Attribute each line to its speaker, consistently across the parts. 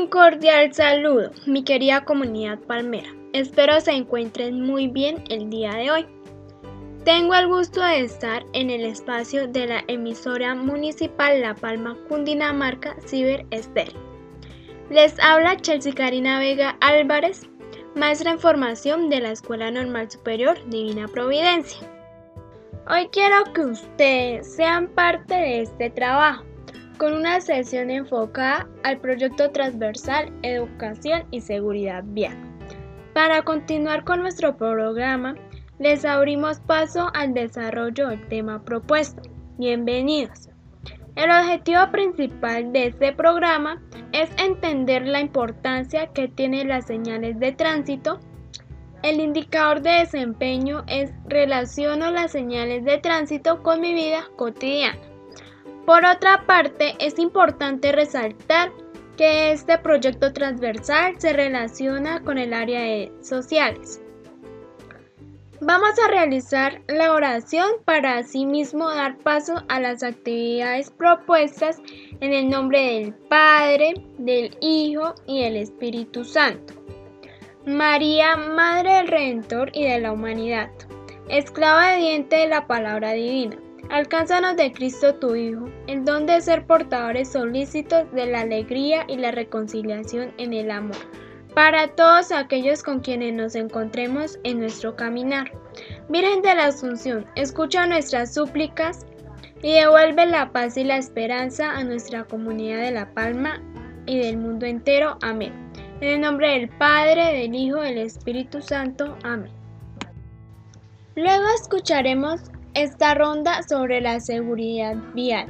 Speaker 1: Un cordial saludo, mi querida comunidad palmera. Espero se encuentren muy bien el día de hoy. Tengo el gusto de estar en el espacio de la emisora municipal La Palma, Cundinamarca, Ciber Estéreo. Les habla Chelsea Karina Vega Álvarez, maestra en formación de la Escuela Normal Superior Divina Providencia. Hoy quiero que ustedes sean parte de este trabajo, con una sesión enfocada al proyecto transversal Educación y Seguridad Vial. Para continuar con nuestro programa, les abrimos paso al desarrollo del tema propuesto. Bienvenidos. El objetivo principal de este programa es entender la importancia que tienen las señales de tránsito. El indicador de desempeño es relaciono las señales de tránsito con mi vida cotidiana. Por otra parte, es importante resaltar que este proyecto transversal se relaciona con el área de sociales. Vamos a realizar la oración para asimismo dar paso a las actividades propuestas en el nombre del Padre, del Hijo y del Espíritu Santo. María, Madre del Redentor y de la humanidad, esclava obediente de la palabra divina. Alcánzanos de Cristo tu Hijo, el don de ser portadores solícitos de la alegría y la reconciliación en el amor, para todos aquellos con quienes nos encontremos en nuestro caminar. Virgen de la Asunción, escucha nuestras súplicas y devuelve la paz y la esperanza a nuestra comunidad de La Palma y del mundo entero. Amén. En el nombre del Padre, del Hijo y del Espíritu Santo. Amén. Luego escucharemos esta ronda sobre la seguridad vial.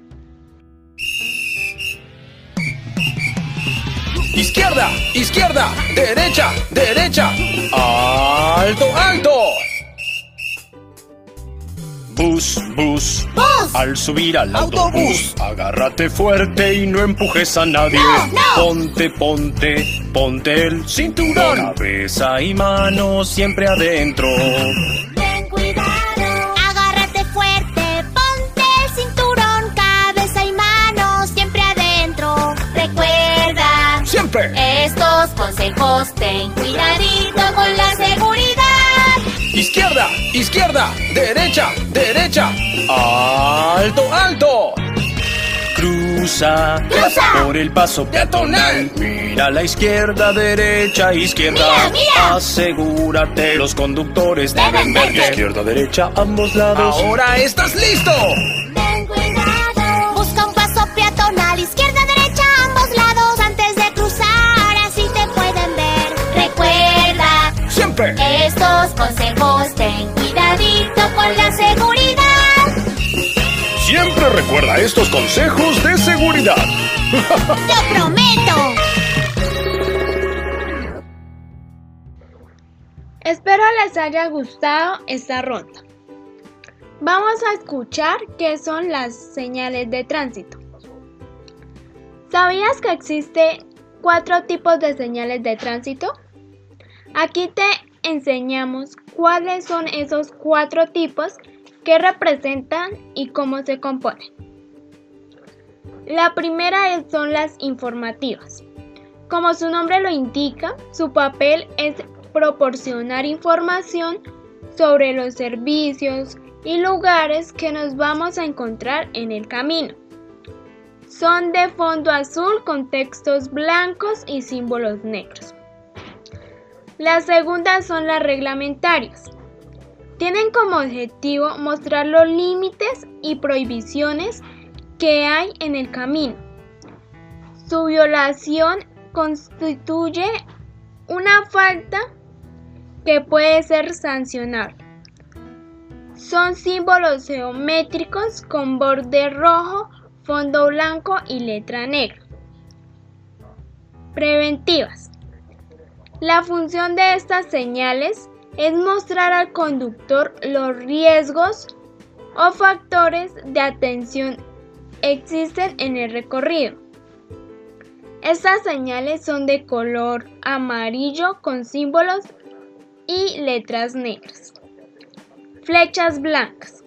Speaker 2: Izquierda, izquierda, derecha, derecha, alto, alto. Bus, bus,
Speaker 3: bus.
Speaker 2: Al subir al autobús, agárrate fuerte y no empujes a nadie.
Speaker 3: No.
Speaker 2: Ponte, ponte, ponte el cinturón. Cabeza y manos siempre adentro.
Speaker 3: Ten cuidado, agárrate fuerte, ponte el cinturón. Cabeza y manos siempre adentro. Recuerda
Speaker 2: siempre
Speaker 3: estos consejos, ten cuidadito con la seguridad.
Speaker 2: Izquierda, izquierda, derecha, derecha, alto, alto. Cruza,
Speaker 3: cruza
Speaker 2: por el paso peatonal. Mira a la izquierda, derecha, izquierda.
Speaker 3: Mira, mira.
Speaker 2: Asegúrate, los conductores deben verte. Izquierda, derecha, ambos lados. Ahora estás listo.
Speaker 3: Ten cuidado, busca un paso peatonal. Izquierda, derecha, ambos lados. Antes de cruzar, así te pueden ver. Recuerda
Speaker 2: siempre
Speaker 3: estos consejos, ten cuidadito con la seguridad.
Speaker 2: Siempre recuerda estos consejos de seguridad.
Speaker 3: ¡Te prometo!
Speaker 1: Espero les haya gustado esta ronda. Vamos a escuchar qué son las señales de tránsito. ¿Sabías que existen 4 tipos de señales de tránsito? Aquí te enseñamos cuáles son esos 4 tipos, qué representan y cómo se componen. La primera son las informativas. Como su nombre lo indica, su papel es proporcionar información sobre los servicios y lugares que nos vamos a encontrar en el camino. Son de fondo azul con textos blancos y símbolos negros. La segunda son las reglamentarias. Tienen como objetivo mostrar los límites y prohibiciones que hay en el camino. Su violación constituye una falta que puede ser sancionable. Son símbolos geométricos con borde rojo, fondo blanco y letra negra. Preventivas. La función de estas señales es mostrar al conductor los riesgos o factores de atención existen en el recorrido. Estas señales son de color amarillo con símbolos y letras negras. Flechas blancas.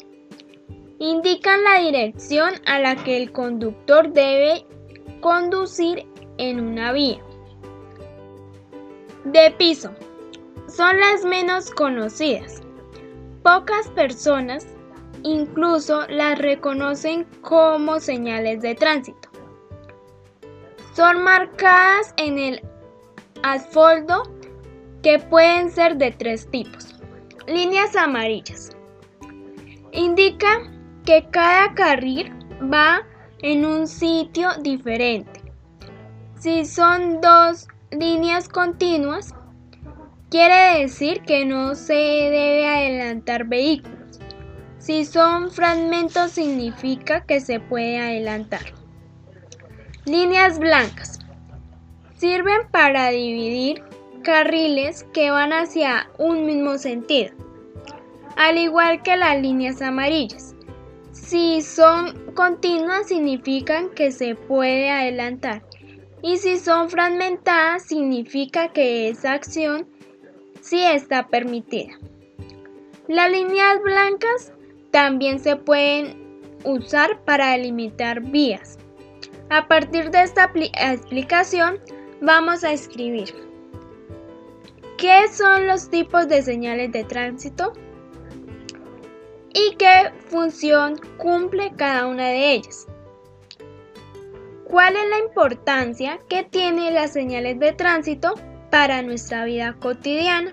Speaker 1: Indican la dirección a la que el conductor debe conducir en una vía. De piso. Son las menos conocidas. Pocas personas incluso las reconocen como señales de tránsito. Son marcadas en el asfalto que pueden ser de 3 tipos. Líneas amarillas. Indica que cada carril va en un sitio diferente. Si son 2 líneas continuas, quiere decir que no se debe adelantar vehículos. Si son fragmentos, significa que se puede adelantar. Líneas blancas. Sirven para dividir carriles que van hacia un mismo sentido, al igual que las líneas amarillas. Si son continuas, significan que se puede adelantar. Y si son fragmentadas, significa que esa acción sí está permitida. Las líneas blancas también se pueden usar para delimitar vías. A partir de esta explicación, vamos a escribir qué son los tipos de señales de tránsito y qué función cumple cada una de ellas. ¿Cuál es la importancia que tienen las señales de tránsito para nuestra vida cotidiana?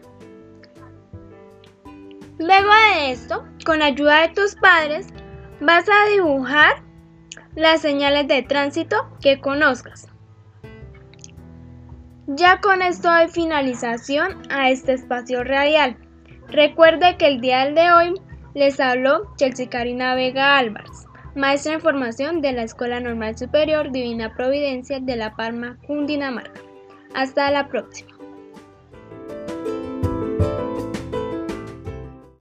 Speaker 1: Luego de esto, con ayuda de tus padres, vas a dibujar las señales de tránsito que conozcas. Ya con esto doy finalización a este espacio radial. Recuerde que el día de hoy les habló Chelsea Karina Vega Álvarez, maestra en formación de la Escuela Normal Superior Divina Providencia de La Palma, Cundinamarca. Hasta la próxima.